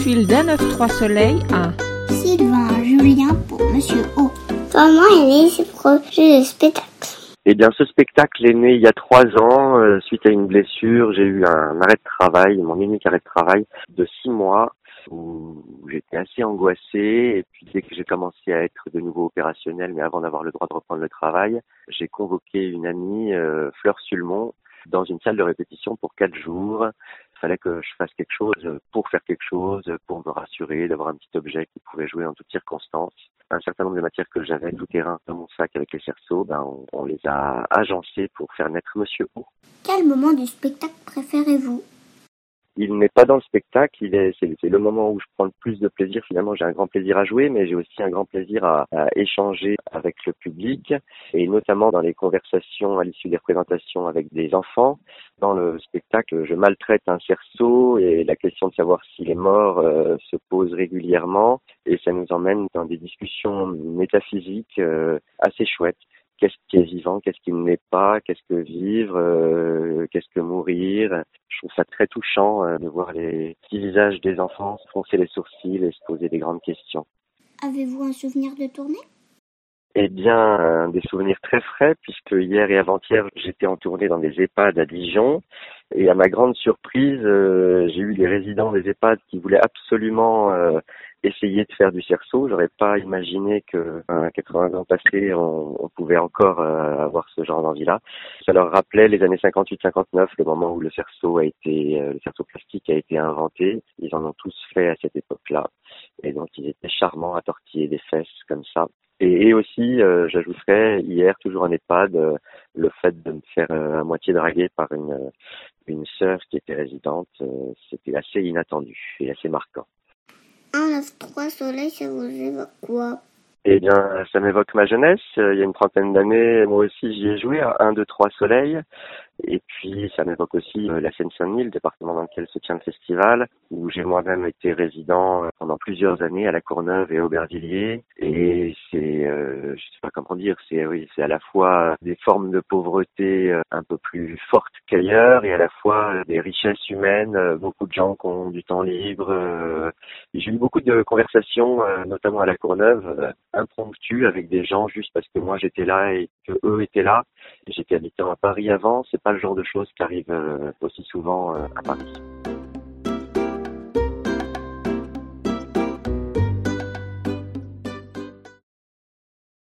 fil d'un 9-3 soleil à Sylvain Julien pour Monsieur O. Comment est né ce projet de spectacle? Eh bien, ce spectacle est né il y a 3 ans, suite à une blessure. J'ai eu un arrêt de travail, mon unique arrêt de travail de 6 mois, où j'étais assez angoissé. Et puis, dès que j'ai commencé à être de nouveau opérationnel, mais avant d'avoir le droit de reprendre le travail, j'ai convoqué une amie, Fleur Sulmont, dans une salle de répétition pour 4 jours. Il fallait que je fasse quelque chose pour faire quelque chose, pour me rassurer, d'avoir un petit objet qui pouvait jouer en toutes circonstances. Un certain nombre de matières que j'avais tout terrain dans mon sac avec les cerceaux, on les a agencées pour faire naître Monsieur O. Quel moment du spectacle préférez-vous? Il n'est pas dans le spectacle, c'est le moment où je prends le plus de plaisir. Finalement, j'ai un grand plaisir à jouer, mais j'ai aussi un grand plaisir à échanger avec le public, et notamment dans les conversations à l'issue des représentations avec des enfants. Dans le spectacle, je maltraite un cerceau et la question de savoir s'il est mort se pose régulièrement, et ça nous emmène dans des discussions métaphysiques assez chouettes. Qu'est-ce qui est vivant, qu'est-ce qui ne l'est pas, qu'est-ce que vivre, qu'est-ce que mourir. Je trouve ça très touchant de voir les petits visages des enfants se froncer les sourcils et se poser des grandes questions. Avez-vous un souvenir de tournée? Eh bien, des souvenirs très frais, puisque hier et avant-hier, j'étais en tournée dans des EHPAD à Dijon. Et à ma grande surprise, j'ai eu des résidents des EHPAD qui voulaient absolument essayer de faire du cerceau. J'aurais pas imaginé que 80 ans passés, on pouvait encore avoir ce genre d'envie-là. Ça leur rappelait les années 58-59, le moment où le cerceau plastique a été inventé. Ils en ont tous fait à cette époque-là. Et donc, ils étaient charmants à tortiller des fesses comme ça. Et aussi, j'ajouterais, hier, toujours en EHPAD, le fait de me faire à moitié draguer par une sœur qui était résidente, c'était assez inattendu et assez marquant. 1-9-3 soleil, ça vous évoque quoi? Eh bien, ça m'évoque ma jeunesse. Il y a une trentaine d'années, moi aussi, j'y ai joué à 1-2-3 soleil. Et puis, ça m'évoque aussi la Seine-Saint-Denis, le département dans lequel se tient le festival, où j'ai moi-même été résident pendant plusieurs années à La Courneuve et à Aubervilliers. Et c'est, je sais pas comment dire, c'est à la fois des formes de pauvreté un peu plus fortes qu'ailleurs, et à la fois des richesses humaines, beaucoup de gens qui ont du temps libre. J'ai eu beaucoup de conversations, notamment à La Courneuve, impromptues avec des gens juste parce que moi j'étais là et que eux étaient là. J'étais habitant à Paris avant, c'est pas le genre de choses qui arrivent aussi souvent à Paris.